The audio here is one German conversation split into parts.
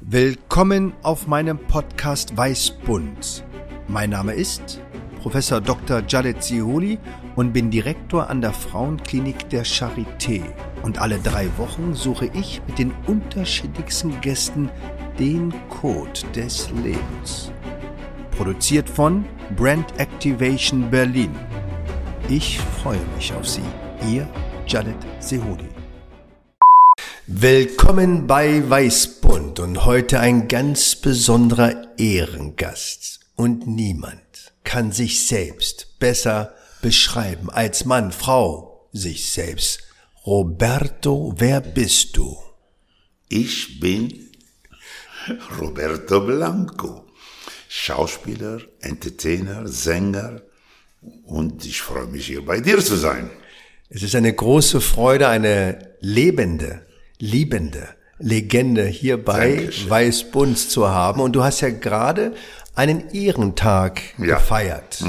Willkommen auf meinem Podcast Weißbund. Mein Name ist Professor Dr. Jaled Ziholi und bin Direktor an der Frauenklinik der Charité. Und alle 3 Wochen suche ich mit den unterschiedlichsten Gästen den Code des Lebens. Produziert von Brand Activation Berlin. Ich freue mich auf Sie. Ihr Jaled Ziholi. Willkommen bei Weißbund und heute ein ganz besonderer Ehrengast. Und niemand kann sich selbst besser beschreiben als Mann, Frau, sich selbst. Roberto, wer bist du? Ich bin Roberto Blanco, Schauspieler, Entertainer, Sänger und ich freue mich hier bei dir zu sein. Es ist eine große Freude, eine liebende Legende hier bei Weißbund zu haben. Und du hast ja gerade einen Ehrentag gefeiert.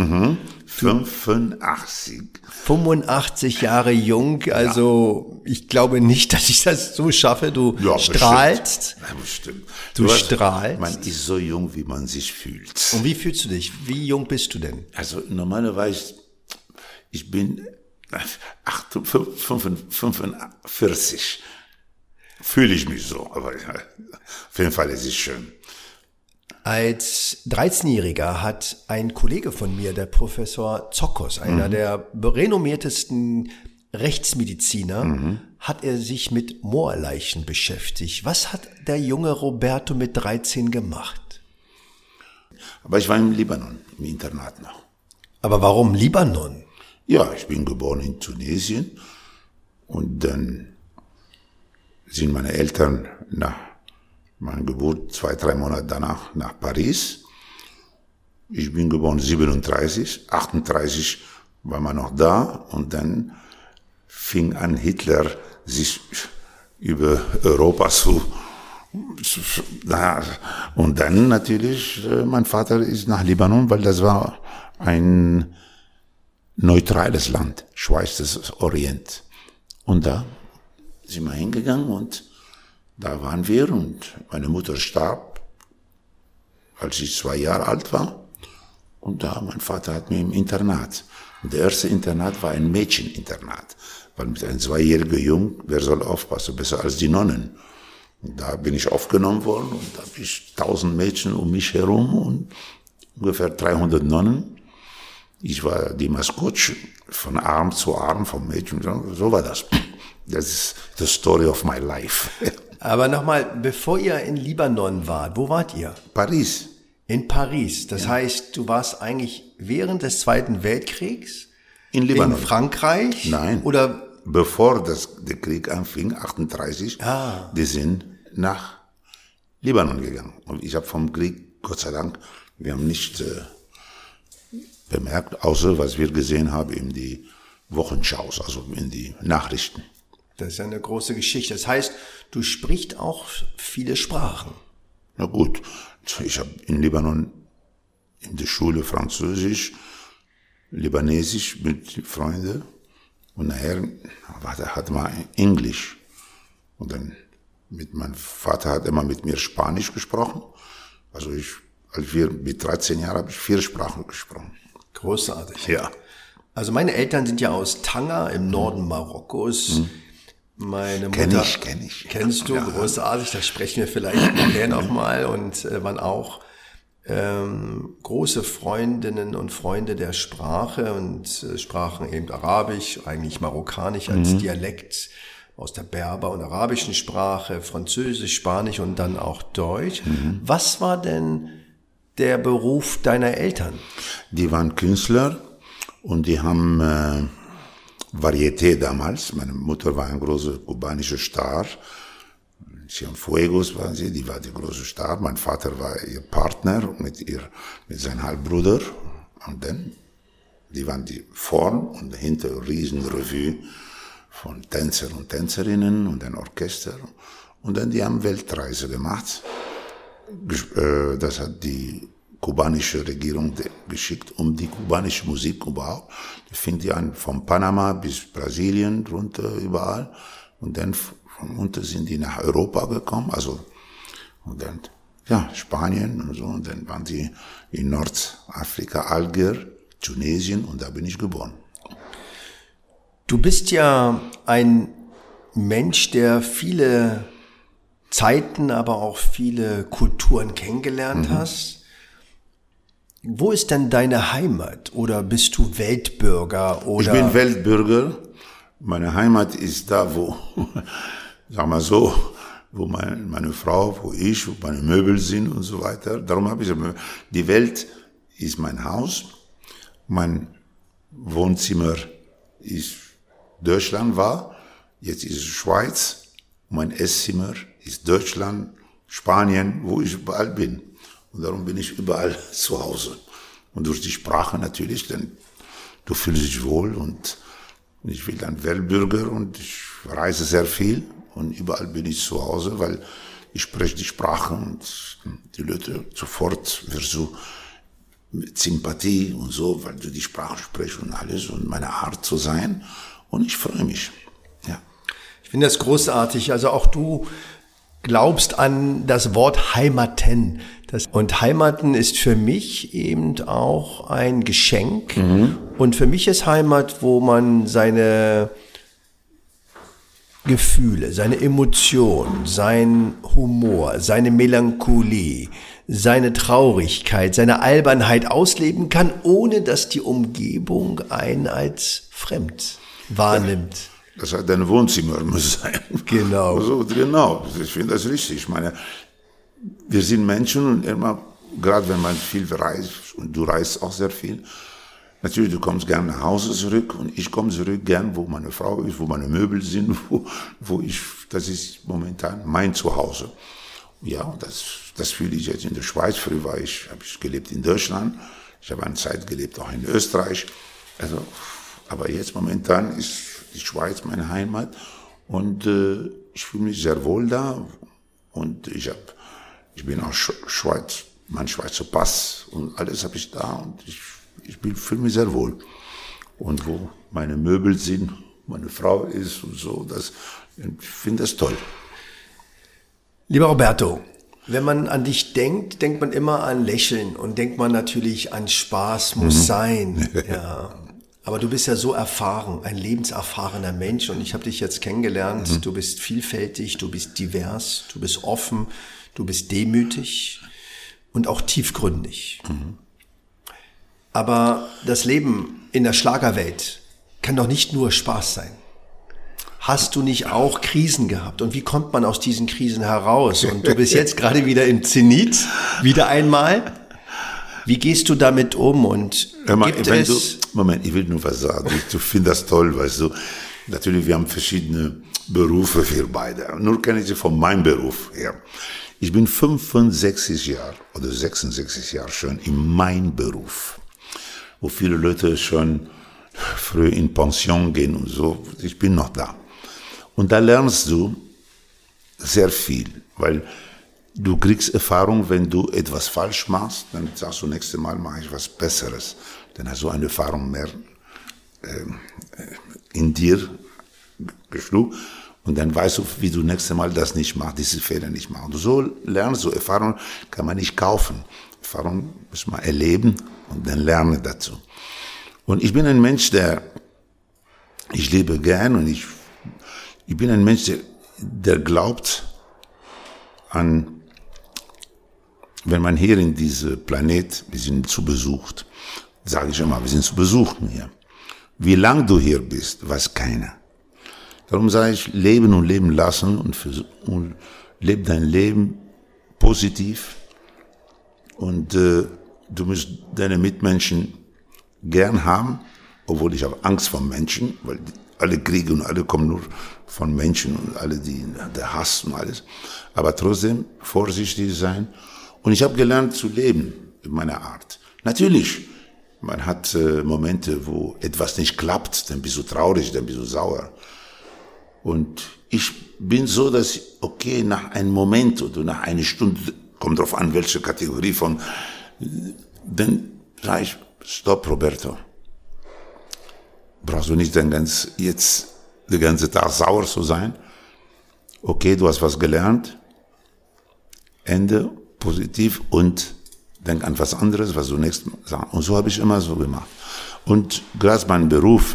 85 Jahre jung, also ich glaube nicht, dass ich das so schaffe. Du strahlst. Ja, bestimmt. Du strahlst. Man ist so jung, wie man sich fühlt. Und wie fühlst du dich? Wie jung bist du denn? Also normalerweise, ich bin 45. Fühle ich mich so, aber auf jeden Fall ist es schön. Als 13-Jähriger hat ein Kollege von mir, der Professor Zokos, einer der renommiertesten Rechtsmediziner, hat er sich mit Moorleichen beschäftigt. Was hat der junge Roberto mit 13 gemacht? Aber ich war im Libanon, im Internat noch. Aber warum Libanon? Ja, ich bin geboren in Tunesien und dann sind meine Eltern nach meiner Geburt 2-3 Monate danach nach Paris. Ich bin geboren 37, 38 war man noch da und dann fing an Hitler sich über Europa zu und dann natürlich mein Vater ist nach Libanon, weil das war ein neutrales Land, Schweiz des Orient. Und da sind wir hingegangen und da waren wir und meine Mutter starb, als ich 2 Jahre alt war. Und da, mein Vater hat mir im Internat. Und der erste Internat war ein Mädcheninternat, weil mit einem 2-jährigen Jungen, wer soll aufpassen, besser als die Nonnen. Und da bin ich aufgenommen worden und da habe ich 1000 Mädchen um mich herum und ungefähr 300 Nonnen. Ich war die Maskottche von Arm zu Arm vom Mädchen, so war das. Das ist the story of my life. Aber nochmal, bevor ihr in Libanon wart, wo wart ihr? Paris. In Paris. Das heißt, du warst eigentlich während des Zweiten Weltkriegs in Libanon. In Frankreich? Nein. Oder bevor der Krieg anfing, 38, die sind nach Libanon gegangen. Und ich habe vom Krieg, Gott sei Dank, wir haben nicht bemerkt, außer was wir gesehen haben in die Wochenschaus, also in die Nachrichten. Das ist ja eine große Geschichte. Das heißt, du sprichst auch viele Sprachen. Na gut, ich habe in Libanon in der Schule Französisch, Libanesisch mit Freunden und nachher hatte man Englisch. Und dann mein Vater hat immer mit mir Spanisch gesprochen. Also als wir mit 13 Jahren habe ich 4 Sprachen gesprochen. Großartig. Ja. Also meine Eltern sind ja aus Tanger im Norden Marokkos. Meine Mutter kenn ich. Kennst du, großartig, da sprechen wir vielleicht nachher nochmal und waren auch große Freundinnen und Freunde der Sprache und sprachen eben Arabisch, eigentlich Marokkanisch als Dialekt aus der Berber- und arabischen Sprache, Französisch, Spanisch und dann auch Deutsch. Was war denn der Beruf deiner Eltern? Die waren Künstler und die haben Varieté damals. Meine Mutter war ein großer kubanischer Star. Cienfuegos war sie, die war die große Star. Mein Vater war ihr Partner mit seinem Halbbruder. Und dann, die waren die vorn und hinter Riesenrevue von Tänzern und Tänzerinnen und ein Orchester. Und dann, die haben Weltreise gemacht. Das hat die kubanische Regierung geschickt, um die kubanische Musik überhaupt. Die fing die an von Panama bis Brasilien, runter überall. Und dann von unten sind die nach Europa gekommen, also Und dann, ja, Spanien und so. Und dann waren sie in Nordafrika, Algier, Tunesien und da bin ich geboren. Du bist ja ein Mensch, der viele Zeiten, aber auch viele Kulturen kennengelernt hast. Wo ist denn deine Heimat? Oder bist du Weltbürger? Oder? Ich bin Weltbürger. Meine Heimat ist da, wo, sag mal so, wo meine Frau, wo ich, wo meine Möbel sind und so weiter. Darum habe ich, die Welt ist mein Haus. Mein Wohnzimmer ist Deutschland war, jetzt ist es Schweiz. Mein Esszimmer ist Deutschland, Spanien, wo ich überall bin. Und darum bin ich überall zu Hause. Und durch die Sprache natürlich, denn du fühlst dich wohl und ich bin ein Weltbürger und ich reise sehr viel und überall bin ich zu Hause, weil ich spreche die Sprache und die Leute sofort wirst du mit Sympathie und so, weil du die Sprache sprichst und alles und meine Art zu sein. Und ich freue mich. Ja. Ich finde das großartig. Also auch du glaubst an das Wort Heimaten. Und Heimaten ist für mich eben auch ein Geschenk. Und für mich ist Heimat, wo man seine Gefühle, seine Emotionen, sein Humor, seine Melancholie, seine Traurigkeit, seine Albernheit ausleben kann, ohne dass die Umgebung einen als fremd wahrnimmt. Das hat dein Wohnzimmer muss sein. Genau. Also, genau, ich finde das richtig. Ich meine, wir sind Menschen und immer, gerade wenn man viel reist, und du reist auch sehr viel, natürlich, du kommst gern nach Hause zurück und ich komme zurück gern, wo meine Frau ist, wo meine Möbel sind, das ist momentan mein Zuhause. Ja, und das fühle ich jetzt in der Schweiz. Früher habe ich gelebt in Deutschland, ich habe eine Zeit gelebt auch in Österreich, also, aber jetzt momentan ist die Schweiz meine Heimat und ich fühle mich sehr wohl da und ich bin auch Schweiz, mein Schweizer Pass und alles habe ich da und ich fühle mich sehr wohl. Und wo meine Möbel sind, meine Frau ist und so, ich finde das toll. Lieber Roberto, wenn man an dich denkt, denkt man immer an Lächeln und denkt man natürlich an Spaß muss sein. Ja. Aber du bist ja so erfahren, ein lebenserfahrener Mensch und ich habe dich jetzt kennengelernt. Du bist vielfältig, du bist divers, du bist offen, du bist demütig und auch tiefgründig. Aber das Leben in der Schlagerwelt kann doch nicht nur Spaß sein. Hast du nicht auch Krisen gehabt? Und wie kommt man aus diesen Krisen heraus? Und du bist jetzt gerade wieder im Zenit, wieder einmal. Wie gehst du damit um? Und Moment, ich will nur was sagen. Du findest das toll, weißt du. Natürlich, wir haben verschiedene Berufe, wir beide. Nur kenne ich sie von meinem Beruf her. Ich bin 65 Jahre oder 66 Jahre schon in meinem Beruf, wo viele Leute schon früh in Pension gehen und so. Ich bin noch da. Und da lernst du sehr viel, weil du kriegst Erfahrung, wenn du etwas falsch machst, dann sagst du, nächstes Mal mache ich was Besseres. Dann hast du eine Erfahrung mehr in dir geschluckt und dann weißt du, wie du nächstes Mal das nicht machst, diese Fehler nicht machst. Und so lernst du, Erfahrung kann man nicht kaufen. Erfahrung muss man erleben und dann lernen dazu. Und ich bin ein Mensch, ich lebe gern und ich bin ein Mensch, der glaubt an, wenn man hier in diesem Planet, wir sind zu besucht, sage ich immer, wir sind zu besuchen hier. Wie lang du hier bist, weiß keiner. Darum sage ich, leben und leben lassen und lebe dein Leben positiv und du musst deine Mitmenschen gern haben, obwohl ich habe Angst vor Menschen, weil alle Kriege und alle kommen nur von Menschen und alle der Hass und alles. Aber trotzdem vorsichtig sein. Und ich habe gelernt zu leben in meiner Art. Natürlich, man hat Momente, wo etwas nicht klappt, dann bist du traurig, dann bist du sauer. Und ich bin so, dass okay, nach einem Moment oder nach einer Stunde, kommt drauf an, welche Kategorie von, dann sage ich, stopp, Roberto. Brauchst du nicht jetzt den ganzen Tag sauer zu sein. Okay, du hast was gelernt. Ende positiv und denk an was anderes, was du nächstes Mal sagst. Und so habe ich immer so gemacht. Und gerade mein Beruf,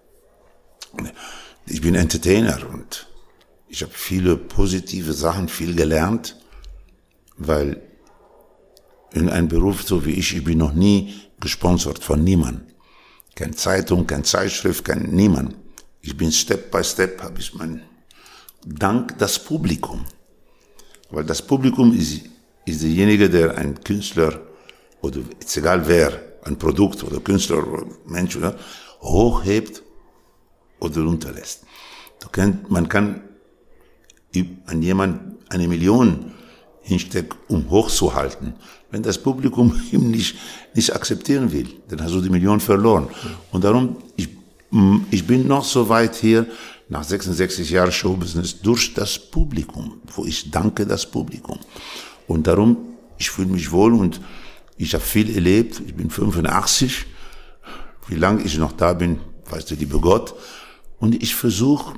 ich bin Entertainer und ich habe viele positive Sachen, viel gelernt, weil in einem Beruf so wie ich bin noch nie gesponsert von niemandem. Keine Zeitung, keine Zeitschrift, kein niemand. Ich bin Step by Step, habe ich dank das Publikum. Weil das Publikum ist derjenige, der ein Künstler, oder ist egal wer, ein Produkt oder Künstler oder Mensch, oder, hochhebt oder runterlässt. Man kann an jemanden 1 Million hinstecken, um hochzuhalten. Wenn das Publikum ihm nicht akzeptieren will, dann hast du die Million verloren. Und darum, ich bin noch so weit hier, nach 66 Jahren Showbusiness, durch das Publikum, wo ich danke das Publikum. Und darum, ich fühle mich wohl und ich habe viel erlebt. Ich bin 85. Wie lange ich noch da bin, weiß der liebe Gott. Und ich versuche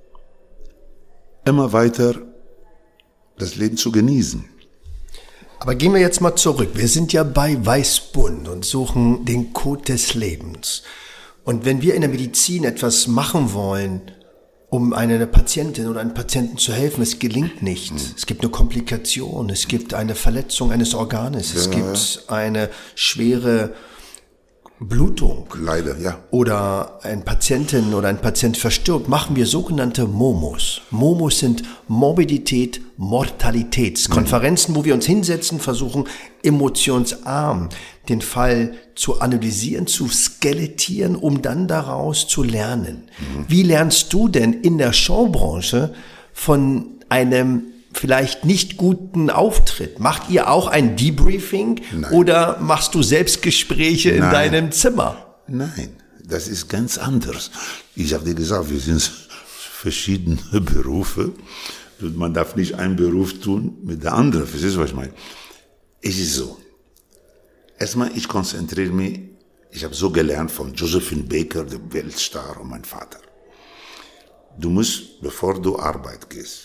immer weiter das Leben zu genießen. Aber gehen wir jetzt mal zurück. Wir sind ja bei Weißbund und suchen den Code des Lebens. Und wenn wir in der Medizin etwas machen wollen, um einer Patientin oder einem Patienten zu helfen, es gelingt nicht. Es gibt eine Komplikation, es gibt eine Verletzung eines Organes, es gibt eine schwere Blutung. Leider, ja. Oder eine Patientin oder ein Patient verstirbt, machen wir sogenannte MOMOs. MOMOs sind Morbidität, Mortalitätskonferenzen, wo wir uns hinsetzen, versuchen emotionsarm den Fall zu analysieren, zu skelettieren, um dann daraus zu lernen. Wie lernst du denn in der Showbranche von einem vielleicht nicht guten Auftritt? Macht ihr auch ein Debriefing? Nein. Oder machst du Selbstgespräche in deinem Zimmer? Nein, das ist ganz anders. Ich habe dir gesagt, wir sind verschiedene Berufe. Man darf nicht einen Beruf tun mit der anderen. Verstehst du, was ich meine? Es ist so. Erstmal, ich konzentriere mich, ich habe so gelernt von Josephine Baker, dem Weltstar und mein Vater. Du musst, bevor du Arbeit gehst,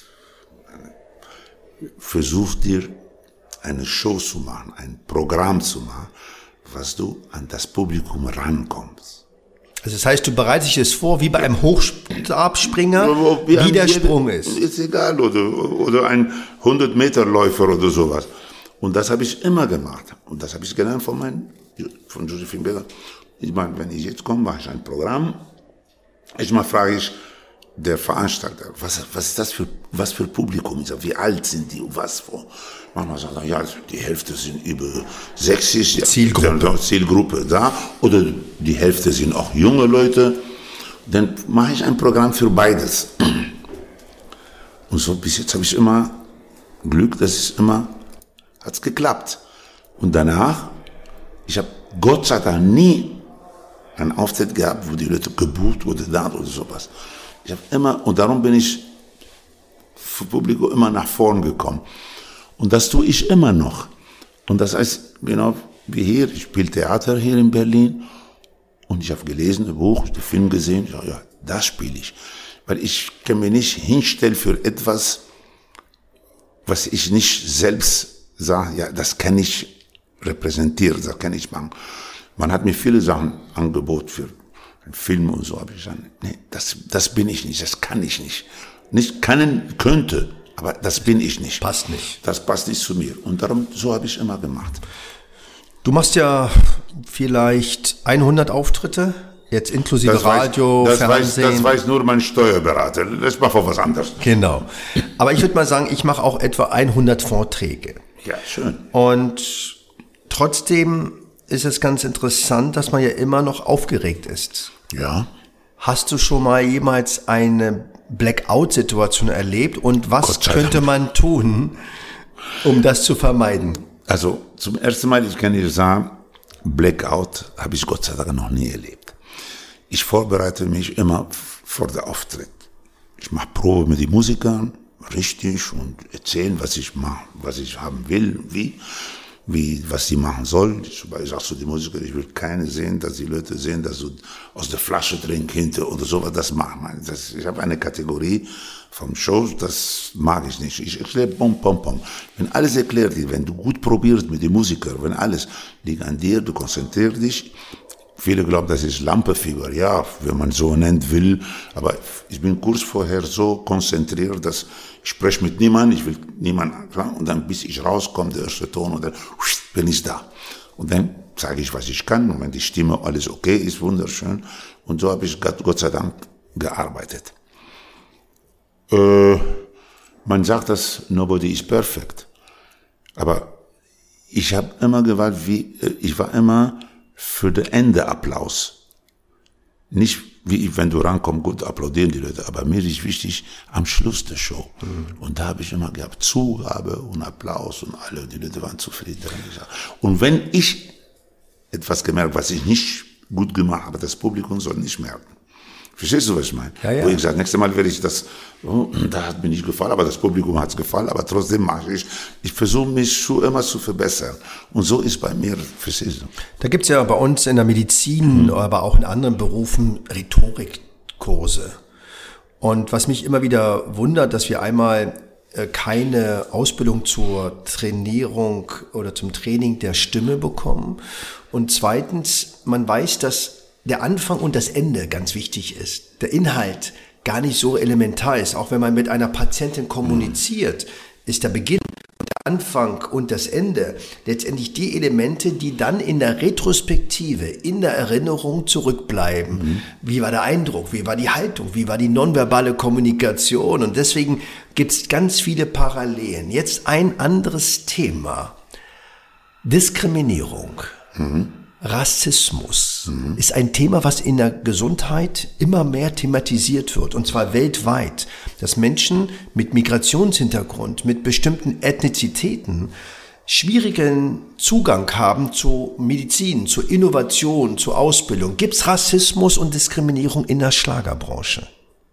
versuch dir eine Show zu machen, ein Programm zu machen, was du an das Publikum rankommst. Also das heißt, du bereitest dich das vor, wie bei einem Hochstabspringer, wie der Sprung ist. Ist egal, oder ein 100-Meter-Läufer oder sowas. Und das habe ich immer gemacht. Und das habe ich gelernt von Josephine Baker. Ich meine, wenn ich jetzt komme, mache ich ein Programm. Manchmal frage ich der Veranstalter, was ist das was für Publikum? Ich sage, wie alt sind die und was vor? Manchmal sagt er, ja, die Hälfte sind über 60. Zielgruppe da. Oder die Hälfte sind auch junge Leute. Dann mache ich ein Programm für beides. Und so bis jetzt habe ich immer Glück, dass es immer hat's geklappt. Und danach, ich habe Gott sei Dank nie einen Auftritt gehabt, wo die Leute gebucht oder da oder sowas. Ich habe immer, und darum bin ich für Publikum immer nach vorn gekommen. Und das tue ich immer noch. Und das heißt, genau wie hier, ich spiele Theater hier in Berlin und ich habe gelesen, ein Buch, den Film gesehen, ich sage, ja, das spiele ich. Weil ich kann mir nicht hinstellen für etwas, was ich nicht selbst sage, ja, das kann ich repräsentieren, das kann ich machen. Man hat mir viele Sachen angeboten für einen Film und so, habe ich gesagt, nee, das bin ich nicht, das kann ich nicht. Nicht können, könnte, aber das bin ich nicht. Passt nicht. Das passt nicht zu mir. Und darum, so habe ich immer gemacht. Du machst ja vielleicht 100 Auftritte, jetzt inklusive das Radio, Fernsehen. Das weiß nur mein Steuerberater, das macht auch was anderes. Genau. Aber ich würde mal sagen, ich mache auch etwa 100 Vorträge. Ja, schön. Und trotzdem ist es ganz interessant, dass man ja immer noch aufgeregt ist. Ja. Hast du schon mal jemals eine Blackout-Situation erlebt und was könnte man tun, um das zu vermeiden? Also zum ersten Mal, ich kann dir sagen, Blackout habe ich Gott sei Dank noch nie erlebt. Ich vorbereite mich immer vor der Auftritt. Ich mache Probe mit den Musikern, richtig, und erzählen, was ich mache, was ich haben will, wie. was die machen sollen. Ich sag zu den Musikern, ich will keine sehen, dass die Leute sehen, dass du aus der Flasche trinkst hinter oder sowas. Das mag man. Ich habe eine Kategorie vom Show, das mag ich nicht. Ich erkläre pom, pom, pom. Wenn alles erklärt wird, wenn du gut probierst mit den Musikern, wenn alles liegt an dir, du konzentrierst dich. Viele glauben, das ist Lampenfieber, ja, wenn man so nennt will. Aber ich bin kurz vorher so konzentriert, dass ich spreche mit niemandem, ich will niemanden, und dann bis ich rauskomme, der erste Ton, und dann bin ich da. Und dann sage ich, was ich kann, und wenn die Stimme alles okay ist, wunderschön. Und so habe ich Gott sei Dank gearbeitet. Man sagt, dass nobody is perfect. Aber ich habe immer gewollt, ich war immer für den Ende Applaus. Nicht wie wenn du rankommst, gut applaudieren die Leute, aber mir ist wichtig am Schluss der Show. Und da habe ich immer gehabt Zugabe und Applaus und alle, die Leute waren zufrieden. Und wenn ich etwas gemerkt, was ich nicht gut gemacht habe, das Publikum soll nicht merken. Verstehst du, was ich meine? Ja, ja. Wo ich sage, nächstes Mal werde ich das, da hat mir nicht gefallen, aber das Publikum hat es gefallen, aber trotzdem mache ich versuche mich immer zu verbessern. Und so ist bei mir, verstehst du? Da gibt's ja bei uns in der Medizin, aber auch in anderen Berufen Rhetorikkurse. Und was mich immer wieder wundert, dass wir einmal keine Ausbildung zur Trainierung oder zum Training der Stimme bekommen. Und zweitens, man weiß, dass der Anfang und das Ende ganz wichtig ist. Der Inhalt gar nicht so elementar ist. Auch wenn man mit einer Patientin kommuniziert, ist der Beginn und der Anfang und das Ende letztendlich die Elemente, die dann in der Retrospektive, in der Erinnerung zurückbleiben. Wie war der Eindruck? Wie war die Haltung? Wie war die nonverbale Kommunikation? Und deswegen gibt es ganz viele Parallelen. Jetzt ein anderes Thema. Diskriminierung. Rassismus ist ein Thema, was in der Gesundheit immer mehr thematisiert wird, und zwar weltweit, dass Menschen mit Migrationshintergrund, mit bestimmten Ethnizitäten schwierigen Zugang haben zu Medizin, zu Innovation, zu Ausbildung. Gibt es Rassismus und Diskriminierung in der Schlagerbranche?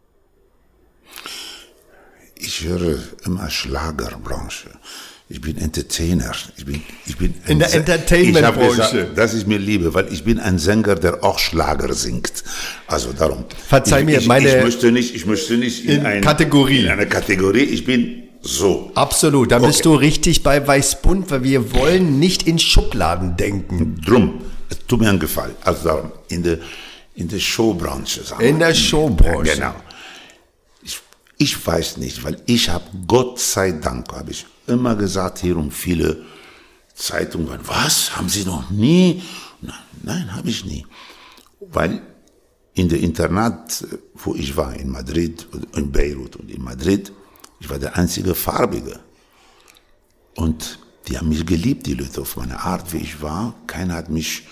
Ich höre immer Schlagerbranche. Ich bin Entertainer. Ich bin in der Entertainment-Branche. Das ist mir Liebe, weil ich bin ein Sänger, der auch Schlager singt. Also darum. Verzeih mir, ich möchte nicht in eine Kategorie. Ich bin so. Absolut. Da bist du richtig bei Weißbund, weil wir wollen nicht in Schubladen denken. Drum. Tut mir einen Gefallen. Also darum. In der Showbranche. Sagen wir. In der Showbranche. Ja, genau. Ich weiß nicht, weil ich habe, Gott sei Dank, habe ich immer gesagt, hier und viele Zeitungen, was, haben Sie noch nie? Nein, habe ich nie. Weil in der Internat, wo ich war, in Madrid, in Beirut und in Madrid, ich war der einzige Farbige. Und die haben mich geliebt, die Leute, auf meine Art, wie ich war. Keiner hat mich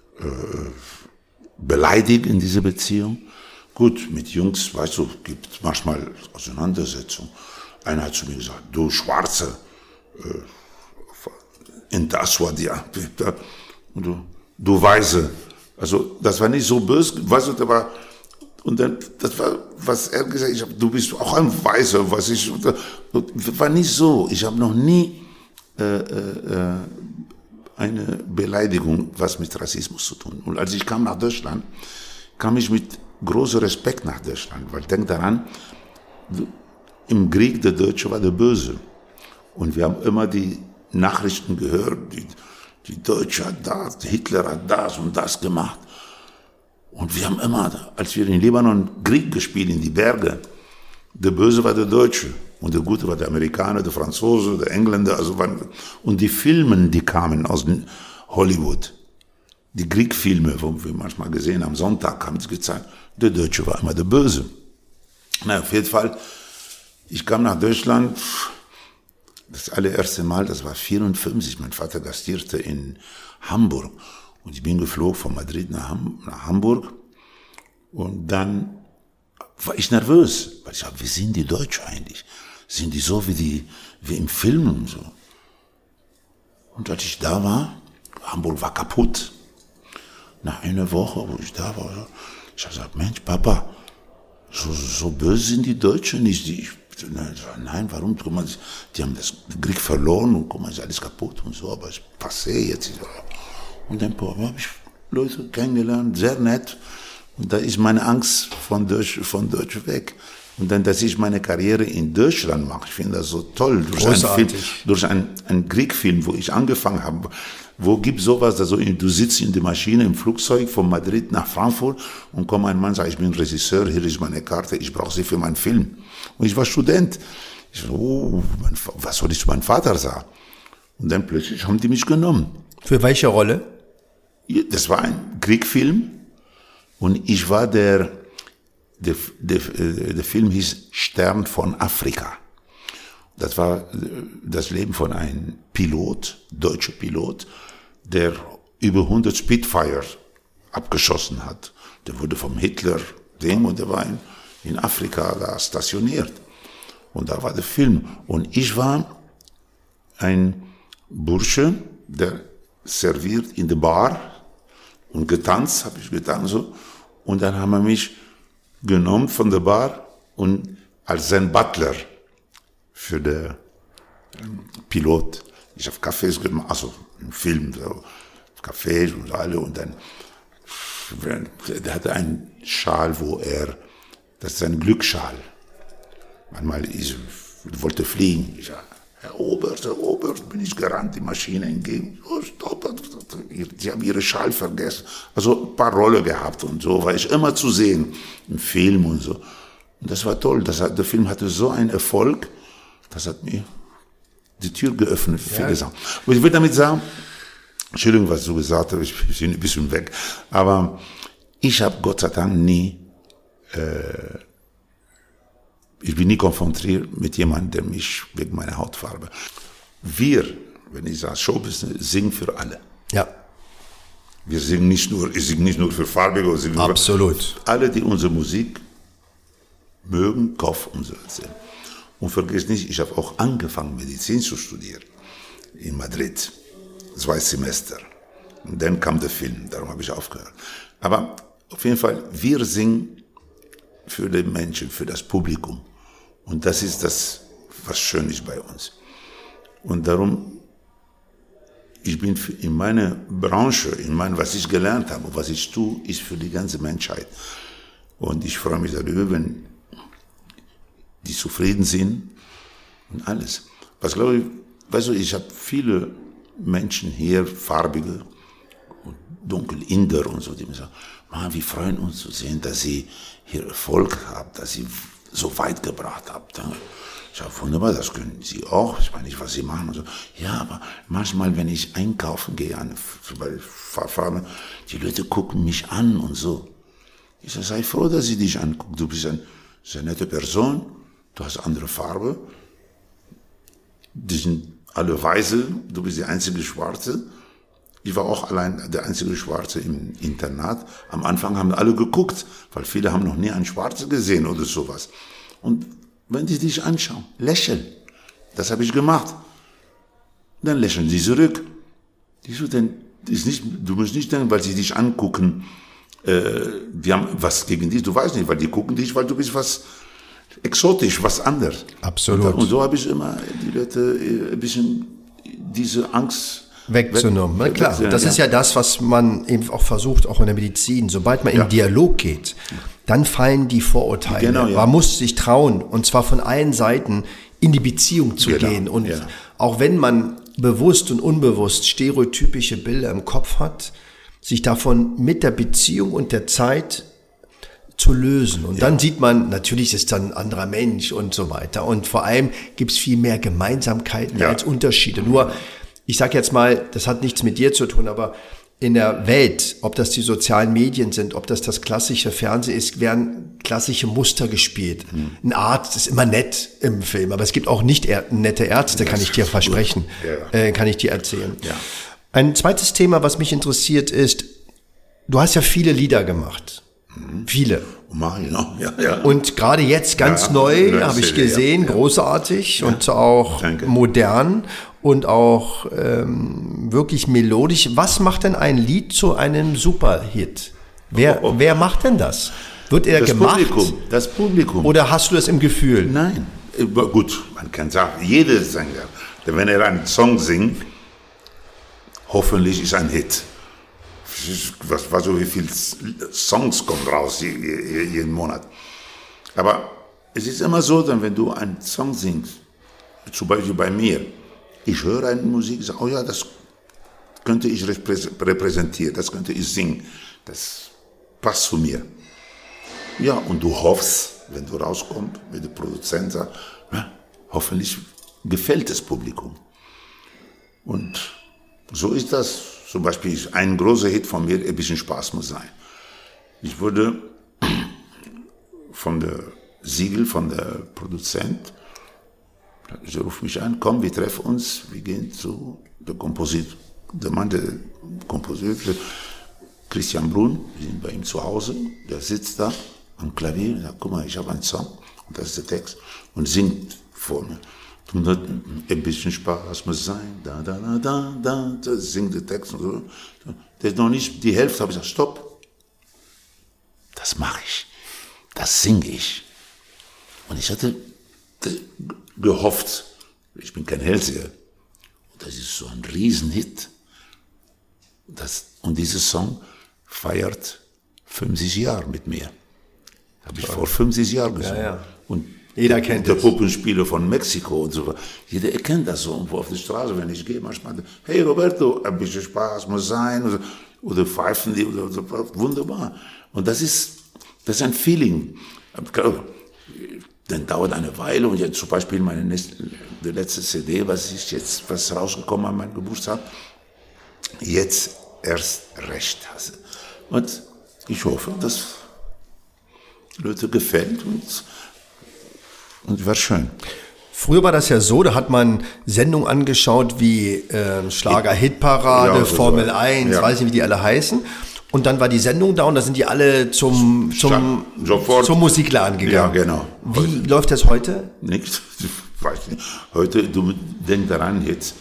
beleidigt in dieser Beziehung. Gut, mit Jungs, weißt du, gibt es manchmal Auseinandersetzungen. Einer hat zu mir gesagt, du Schwarze, und das war die, du Weiße. Also das war nicht so böse, weißt du, und dann, das war, was er gesagt hat, du bist auch ein Weißer, das war nicht so. Ich habe noch nie eine Beleidigung, was mit Rassismus zu tun. Und als ich kam nach Deutschland, kam ich mit großem Respekt nach Deutschland, weil denk daran, im Krieg der Deutsche war der Böse. Und wir haben immer die Nachrichten gehört, die Deutsche hat das, Hitler hat das und das gemacht. Und wir haben immer, als wir in Libanon Krieg gespielt, in die Berge, der Böse war der Deutsche und der Gute war der Amerikaner, der Franzose, der Engländer. Und die Filme, die kamen aus Hollywood, die Kriegfilme, wo wir manchmal gesehen haben, am Sonntag haben sie gezeigt, der Deutsche war immer der Böse. Na, auf jeden Fall, ich kam nach Deutschland, das allererste Mal, das war 1954, mein Vater gastierte in Hamburg. Und ich bin geflogen von Madrid nach Hamburg. Und dann war ich nervös, weil ich sage, wie sind die Deutschen eigentlich? Sind die so wie im Film und so? Und als ich da war, Hamburg war kaputt. Nach einer Woche, wo ich da war, ich habe gesagt, Mensch, Papa, so böse sind die Deutschen nicht. Nein, warum? Guck mal, die haben das Krieg verloren und guck mal, ist alles kaputt und so, aber es passiert jetzt. Und dann habe ich Leute kennengelernt, sehr nett. Und da ist meine Angst von Deutsch weg. Und dann, dass ich meine Karriere in Deutschland mache, ich finde das so toll. Durch einen Kriegfilm, wo ich angefangen habe. Wo gibt sowas, also du sitzt in der Maschine im Flugzeug von Madrid nach Frankfurt und kommt ein Mann und sagt, ich bin Regisseur, hier ist meine Karte, ich brauche sie für meinen Film. Und ich war Student. Ich so, was soll ich zu meinem Vater sagen? Und dann plötzlich haben die mich genommen. Für welche Rolle? Das war ein Kriegfilm und ich war der Film hieß Stern von Afrika. Das war das Leben von einem Pilot, deutscher Pilot, der über 100 Spitfire abgeschossen hat. Der wurde vom Hitler und der war in Afrika da stationiert. Und da war der Film. Und ich war ein Bursche, der serviert in der Bar und getanzt, habe ich getan so. Und dann haben wir mich genommen von der Bar und als sein Butler für den Pilot. Ich habe Cafés gemacht, also im Film, so Cafés und alle. Und dann, der hatte einen Schal, das ist ein Glücksschal. Manchmal wollte fliegen. Ich sage, Herr Oberst, bin ich gerannt, die Maschine entgegen. Oh, stopp, sie haben ihre Schal vergessen. Also ein paar Rollen gehabt und so, war ich immer zu sehen im Film und so. Und das war toll, der Film hatte so einen Erfolg, das hat mir die Tür geöffnet für viele Sachen. Und ich will damit sagen, Entschuldigung, was du gesagt hast, ich bin ein bisschen weg, aber ich habe Gott sei Dank ich bin nie konfrontiert mit jemandem, der mich wegen meiner Hautfarbe. Wir, wenn ich sage Showbusiness, singen für alle. Ja. Ich singe nicht nur für Farbige. Absolut. Alle, die unsere Musik mögen, kaufen unsere CD. Und vergiss nicht, ich habe auch angefangen, Medizin zu studieren. In Madrid. 2 Semester. Und dann kam der Film, darum habe ich aufgehört. Aber auf jeden Fall, wir singen für die Menschen, für das Publikum. Und das ist das, was schön ist bei uns. Und darum, ich bin in meiner Branche, was ich gelernt habe, was ich tue, ist für die ganze Menschheit. Und ich freue mich darüber, wenn die zufrieden sind und alles. Was glaube ich, weißt du, ich habe viele Menschen hier, farbige, dunkel, Inder und so, die mir sagen, man, wir freuen uns zu sehen, dass Sie hier Erfolg haben, dass Sie so weit gebracht haben. Ich sage, wunderbar, das können Sie auch, ich weiß nicht, was Sie machen und so. Ja, aber manchmal, wenn ich einkaufen gehe, bei Farben, die Leute gucken mich an und so. Ich sage, sei froh, dass sie dich angucken, du bist eine sehr nette Person, du hast andere Farbe, die sind alle Weiße, du bist die einzige Schwarze. Ich war auch allein der einzige Schwarze im Internat. Am Anfang haben alle geguckt, weil viele haben noch nie einen Schwarzen gesehen oder sowas. Und wenn die dich anschauen, lächeln. Das habe ich gemacht. Dann lächeln sie zurück. Du musst nicht denken, weil sie dich angucken, die haben was gegen dich. Du weißt nicht, weil die gucken dich, weil du bist was exotisch, was anderes. Absolut. Und so habe ich immer die Leute ein bisschen diese Angst wegzunehmen. Na klar, das ist ja das, was man eben auch versucht, auch in der Medizin. Sobald man in Dialog geht, dann fallen die Vorurteile. Genau, Man muss sich trauen, und zwar von allen Seiten, in die Beziehung zu gehen. Und auch wenn man bewusst und unbewusst stereotypische Bilder im Kopf hat, sich davon mit der Beziehung und der Zeit zu lösen. Und dann sieht man, natürlich ist dann ein anderer Mensch und so weiter. Und vor allem gibt es viel mehr Gemeinsamkeiten als Unterschiede. Nur, ich sage jetzt mal, das hat nichts mit dir zu tun, aber in der Welt, ob das die sozialen Medien sind, ob das klassische Fernsehen ist, werden klassische Muster gespielt. Ein Arzt ist immer nett im Film, aber es gibt auch nicht nette Ärzte, kann ich dir versprechen, kann ich dir erzählen. Ja. Ein zweites Thema, was mich interessiert, ist, du hast ja viele Lieder gemacht. Viele. Mach ich noch. Und gerade jetzt ganz neu, habe ich gesehen, großartig und auch modern und auch wirklich melodisch. Was macht denn ein Lied zu einem Superhit? Wer macht denn das? Wird er gemacht? Das Publikum. Oder hast du das im Gefühl? Nein, Gut, man kann sagen, jeder Sänger, wenn er einen Song singt, hoffentlich ist ein Hit. Was so wie viele Songs kommen raus jeden Monat. Aber es ist immer so, dann wenn du einen Song singst, zum Beispiel bei mir, ich höre eine Musik, sage, oh ja, das könnte ich repräsentieren, das könnte ich singen, das passt zu mir. Ja, und du hoffst, wenn du rauskommst, wenn der Produzent sagt, ja, hoffentlich gefällt das Publikum. Und so ist das. Zum Beispiel ein großer Hit von mir, ein bisschen Spaß muss sein. Ich wurde von der Siegel, von der Produzent, sie ruft mich an, komm, wir treffen uns, wir gehen zu der Kompositor, der Mann, der Kompositor, Christian Brun, wir sind bei ihm zu Hause, der sitzt da am Klavier und sagt, guck mal, ich habe einen Song, und das ist der Text, und singt vor mir. Ein bisschen Spaß muss sein, da, da, da, da, da, das singt der Text und so. Das ist noch nicht die Hälfte, habe ich gesagt, stopp. Das mache ich, das singe ich. Und ich hatte gehofft, ich bin kein Hellseher, das ist so ein Riesenhit. Und dieser Song feiert 50 Jahre mit mir. Habe ich vor 50 Jahren gesungen. Ja, ja. Und jeder kennt der Puppenspieler von Mexiko und so. Jeder erkennt das so. Und auf der Straße, wenn ich gehe, manchmal, hey Roberto, ein bisschen Spaß muss sein. Oder pfeifen die. Oder wunderbar. Und das ist ein Feeling. Dann dauert eine Weile. Und jetzt zum Beispiel die letzte CD, was rausgekommen an meinem Geburtstag, jetzt erst recht hasse. Und ich hoffe, dass Leute gefällt und war schön. Früher war das ja so, da hat man Sendungen angeschaut wie Schlager-Hitparade, ja, Formel 1, ja. Weiß nicht, wie die alle heißen. Und dann war die Sendung da und da sind die alle zum Musikladen gegangen. Ja, genau. Wie läuft das heute? Nichts, weiß nicht. Heute, du denk daran jetzt,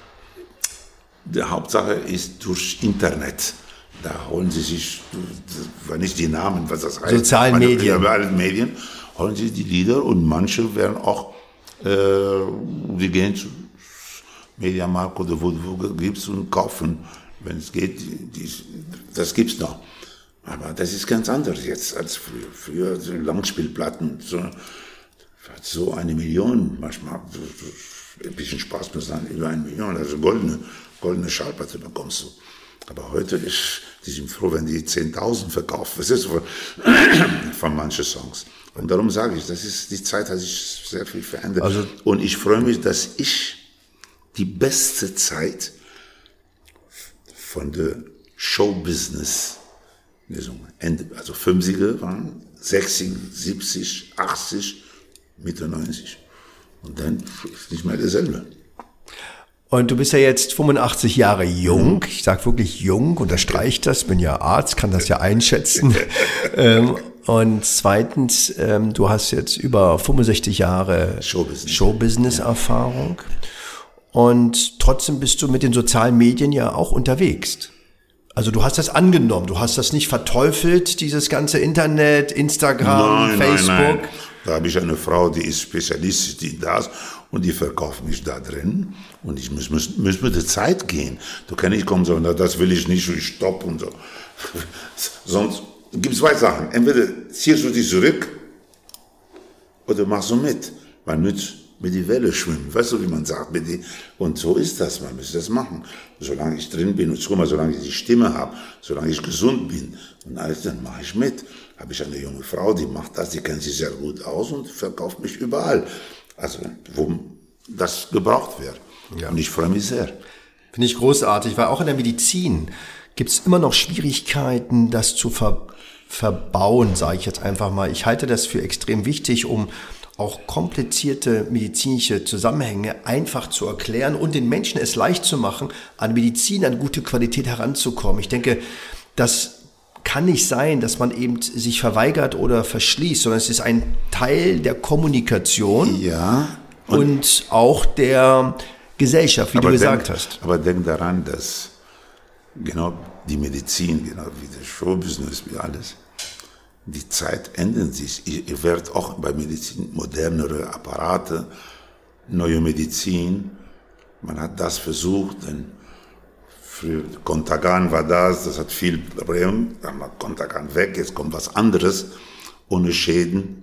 die Hauptsache ist durch Internet. Da holen sie sich, war nicht die Namen, was das heißt. Sozialen Medien. Bei allen Medien holen sie die Lieder und manche werden auch, die gehen zu Mediamarkt oder wo gibt's und kaufen, wenn es geht, das gibt's noch. Aber das ist ganz anders jetzt als früher. Früher so Langspielplatten, so 1 Million, manchmal ein bisschen Spaß muss sein, über 1 Million, also goldene Schallplatte bekommst du. Aber heute die sind froh, wenn die 10.000 verkaufen. Das ist von manchen Songs. Und darum sage ich, die Zeit hat sich sehr viel verändert. Also, und ich freue mich, dass ich die beste Zeit von der Showbusiness, also 50er waren, 60, 70, 80, Mitte 90. Und dann ist nicht mehr dasselbe. Und du bist ja jetzt 85 Jahre jung. Ich sage wirklich jung, unterstreiche das, bin ja Arzt, kann das ja einschätzen. Und zweitens, du hast jetzt über 65 Jahre Showbusiness-Erfahrung. Und trotzdem bist du mit den sozialen Medien ja auch unterwegs. Also du hast das angenommen, du hast das nicht verteufelt, dieses ganze Internet, Instagram, Facebook. Nein. Da habe ich eine Frau, die ist Spezialistin in das und die verkauft mich da drin. Und ich muss mit der Zeit gehen. Du kannst nicht kommen und sagen, das will ich nicht, ich stopp und so. Sonst gibt es 2 Sachen. Entweder ziehst du dich zurück oder machst du mit. Man muss mit die Welle schwimmen, weißt du, wie man sagt. Und so ist das, man muss das machen. Solange ich drin bin und solange ich die Stimme habe, solange ich gesund bin und alles, dann mache ich mit. Habe ich eine junge Frau, die macht das, die kennt sich sehr gut aus und verkauft mich überall. Also, wo das gebraucht wird. Ja. Und ich freue mich sehr. Finde ich großartig, weil auch in der Medizin gibt es immer noch Schwierigkeiten, das zu verbauen, sage ich jetzt einfach mal. Ich halte das für extrem wichtig, um auch komplizierte medizinische Zusammenhänge einfach zu erklären und den Menschen es leicht zu machen, an Medizin, an gute Qualität heranzukommen. Ich denke, das kann nicht sein, dass man eben sich verweigert oder verschließt, sondern es ist ein Teil der Kommunikation, ja, und auch der Gesellschaft, wie du gesagt hast. Aber denk daran, dass genau die Medizin, genau wie das Showbusiness, wie alles, die Zeit ändert sich. Ihr werdet auch bei Medizin modernere Apparate, neue Medizin. Man hat das versucht, denn für Contagan war das hat viel Probleme. Dann war Contagan weg, jetzt kommt was anderes, ohne Schäden.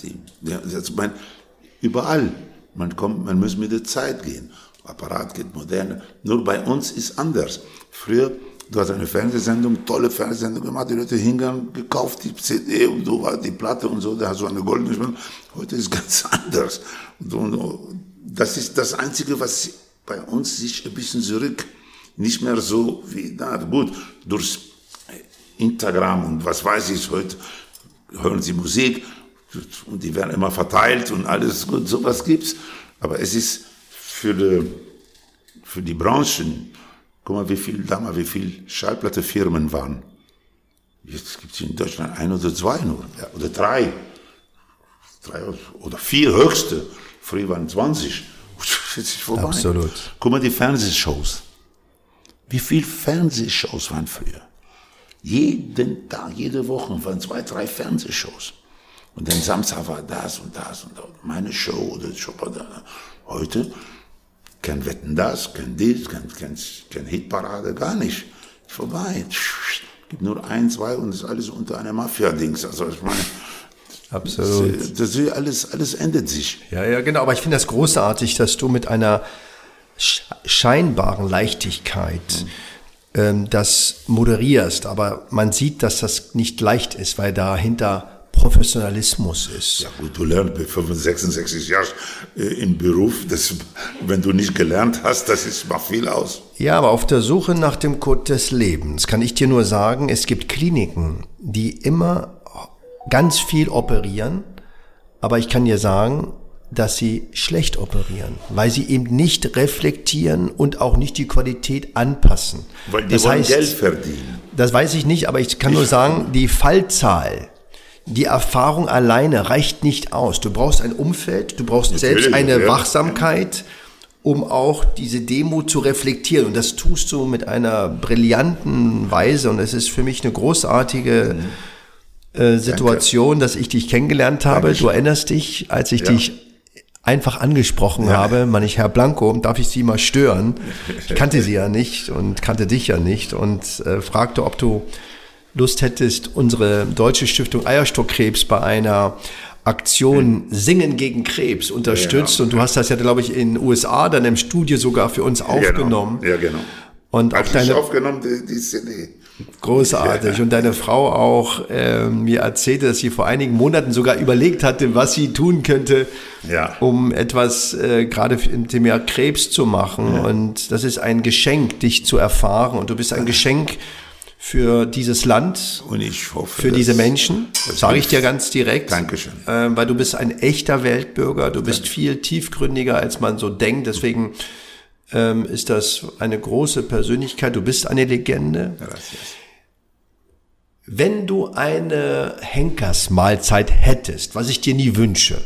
Überall, man muss mit der Zeit gehen. Apparat geht moderne. Nur bei uns ist anders. Früher, du hast eine Fernsehsendung, tolle Fernsehsendung gemacht, die Leute hingegangen, gekauft, die CD und so, die Platte und so, da hast du eine goldene Sprache. Heute ist ganz anders. Und das ist das Einzige, was bei uns sich ein bisschen zurück, nicht mehr so wie da. Gut, durch Instagram und was weiß ich, heute hören sie Musik und die werden immer verteilt und alles gut, sowas gibt's. Aber es ist für die Branchen, guck mal, wie viel Schallplattefirmen waren. Jetzt gibt es in Deutschland 1 oder 2 nur, ja, oder 3 oder 4 höchste. Früher waren 20. Jetzt ist vorbei. Absolut. Guck mal, die Fernsehshows. Wie viele Fernsehshows waren früher? Jeden Tag, jede Woche waren 2, 3 Fernsehshows. Und dann Samstag war das und das und meine Show oder Chopin. Heute kein Wetten das, kein dies, kein Hitparade, gar nicht. Vorbei. Es gibt nur 1, 2 und es ist alles unter einer Mafia-Dings. Also ich meine, absolut. Das alles ändert sich. Ja, genau. Aber ich finde das großartig, dass du mit einer scheinbaren Leichtigkeit das moderierst. Aber man sieht, dass das nicht leicht ist, weil dahinter Professionalismus ist. Ja gut, du lernst mit 65 Jahren im Beruf, wenn du nicht gelernt hast, macht viel aus. Ja, aber auf der Suche nach dem Code des Lebens kann ich dir nur sagen, es gibt Kliniken, die immer ganz viel operieren, aber ich kann dir sagen, dass sie schlecht operieren, weil sie eben nicht reflektieren und auch nicht die Qualität anpassen. Weil die wollen Geld verdienen. Das weiß ich nicht, aber ich kann nur sagen, die Fallzahl, die Erfahrung alleine reicht nicht aus. Du brauchst ein Umfeld, du brauchst selbst eine Wachsamkeit, um auch diese Demut zu reflektieren. Und das tust du mit einer brillanten Weise. Und es ist für mich eine großartige Situation, dass ich dich kennengelernt habe. Dankeschön. Du erinnerst dich, als ich dich einfach angesprochen habe, Herr Blanco, darf ich Sie mal stören? Ich kannte Sie ja nicht und kannte dich ja nicht und fragte, ob du Lust hättest, unsere Deutsche Stiftung Eierstockkrebs bei einer Aktion Singen gegen Krebs unterstützt. Ja. Und du hast das ja, glaube ich, in den USA dann im Studio sogar für uns aufgenommen. Ja, genau. Und auch deine aufgenommen, die CD. Großartig. Ja. Und deine Frau auch mir erzählte, dass sie vor einigen Monaten sogar überlegt hatte, was sie tun könnte, um etwas gerade im Thema Krebs zu machen. Ja. Und das ist ein Geschenk, dich zu erfahren. Und du bist ein Geschenk für dieses Land, und ich hoffe, für diese Menschen, sage ich dir ganz direkt. Dankeschön. Weil du bist ein echter Weltbürger, du bist viel tiefgründiger, als man so denkt, deswegen ist das eine große Persönlichkeit, du bist eine Legende. Gracias. Wenn du eine Henkersmahlzeit hättest, was ich dir nie wünsche,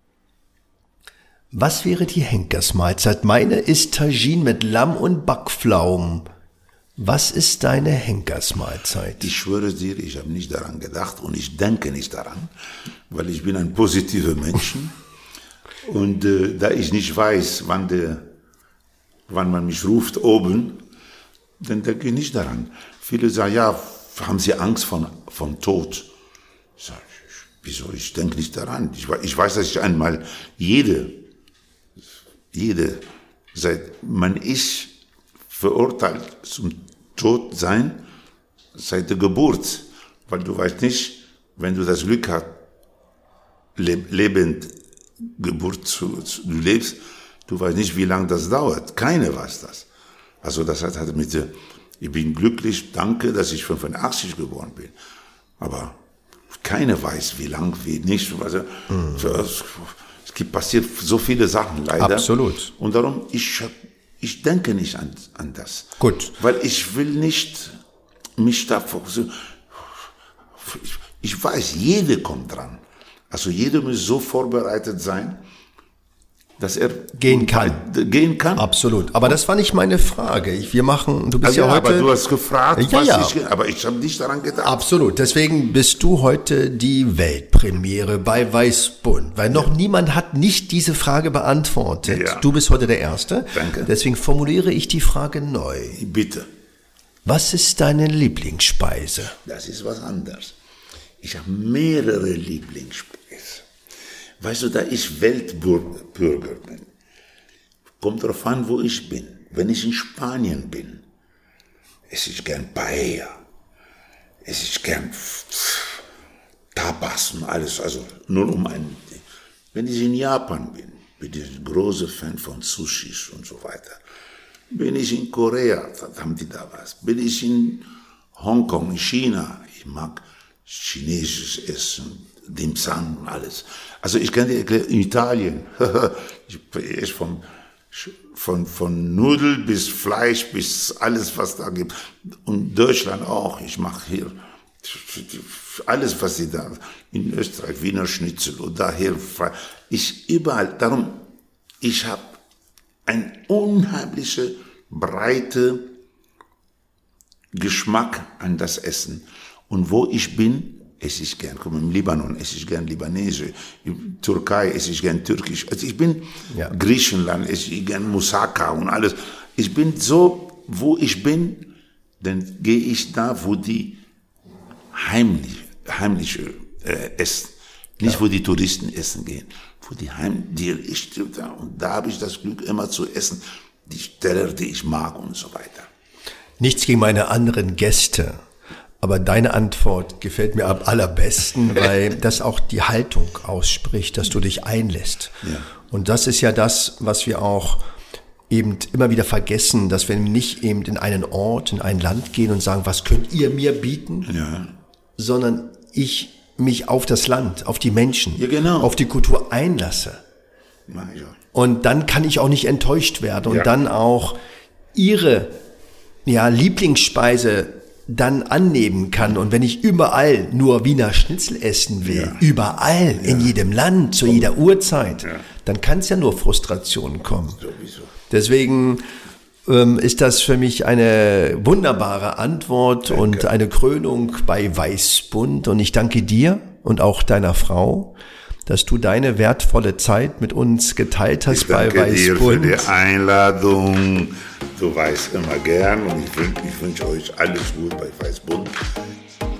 was wäre die Henkersmahlzeit? Meine ist Tagine mit Lamm und Backpflaumen. Was ist deine Henkersmahlzeit? Ich schwöre dir, ich habe nicht daran gedacht und ich denke nicht daran, weil ich bin ein positiver Mensch. Und da ich nicht weiß, wann man mich ruft oben, dann denke ich nicht daran. Viele sagen, ja, haben Sie Angst vom Tod? Ich sage, wieso? Ich denke nicht daran. Ich weiß, dass ich einmal man ist verurteilt zum Tod sein seit der Geburt, weil du weißt nicht, wenn du das Glück hast, lebend Geburt du lebst, du weißt nicht, wie lange das dauert. Keiner weiß das. Also das hat ich bin glücklich, danke, dass ich 85 geboren bin. Aber keiner weiß, wie lang, wie nicht. Also, es passiert so viele Sachen leider. Absolut. Und darum, ich denke nicht an das. Gut. Weil ich will nicht mich da fokussieren. Ich weiß, jeder kommt dran. Also jeder muss so vorbereitet sein. dass er gehen kann. Absolut. Aber das war nicht meine Frage. Du bist ja heute. Aber du hast gefragt, aber ich habe nicht daran gedacht. Absolut. Deswegen bist du heute die Weltpremiere bei Weißbund, weil noch niemand hat nicht diese Frage beantwortet. Ja. Du bist heute der Erste. Danke. Deswegen formuliere ich die Frage neu. Bitte. Was ist deine Lieblingsspeise? Das ist was anderes. Ich habe mehrere Lieblingsspeisen. Weißt du, da ich Weltbürger bin, kommt darauf an, wo ich bin. Wenn ich in Spanien bin, esse ich gern Paella, esse ich gern Tapas und alles, also nur um ein. Wenn ich in Japan bin ich ein großer Fan von Sushis und so weiter. Bin ich in Korea, haben die da was. Bin ich in Hongkong, in China, ich mag chinesisches Essen, Dim Sum und alles. Also ich kann dir erklären, in Italien, ich esse von Nudel bis Fleisch bis alles, was da gibt. Und Deutschland auch, ich mache hier alles, was sie da, in Österreich, Wiener Schnitzel und daher, überall, darum, ich habe eine unheimliche, breite Geschmack an das Essen. Und wo ich bin, esse ich gern. Guck mal, im Libanon esse ich gern Libanese. In Türkei esse ich gern Türkisch. Also ich bin Griechenland, esse ich gern Moussaka und alles. Ich bin so, wo ich bin, dann gehe ich da, wo die heimliche essen. Nicht, wo die Touristen essen gehen. Wo ich da. Und da habe ich das Glück, immer zu essen. Die Teller, die ich mag und so weiter. Nichts gegen meine anderen Gäste. Aber deine Antwort gefällt mir am allerbesten, weil das auch die Haltung ausspricht, dass du dich einlässt. Ja. Und das ist ja das, was wir auch eben immer wieder vergessen, dass wir nicht eben in einen Ort, in ein Land gehen und sagen, was könnt ihr mir bieten? Sondern ich mich auf das Land, auf die Menschen, auf die Kultur einlasse. Und dann kann ich auch nicht enttäuscht werden und dann auch ihre Lieblingsspeise dann annehmen kann. Und wenn ich überall nur Wiener Schnitzel essen will, überall, in jedem Land, zu jeder Uhrzeit, dann kann es ja nur Frustrationen kommen. Sowieso. Deswegen ist das für mich eine wunderbare Antwort und eine Krönung bei Weißbund. Und ich danke dir und auch deiner Frau, dass du deine wertvolle Zeit mit uns geteilt hast bei Weißbund. Ich danke dir für die Einladung. Du weißt immer gern und ich wünsche euch alles gut bei Weißbund.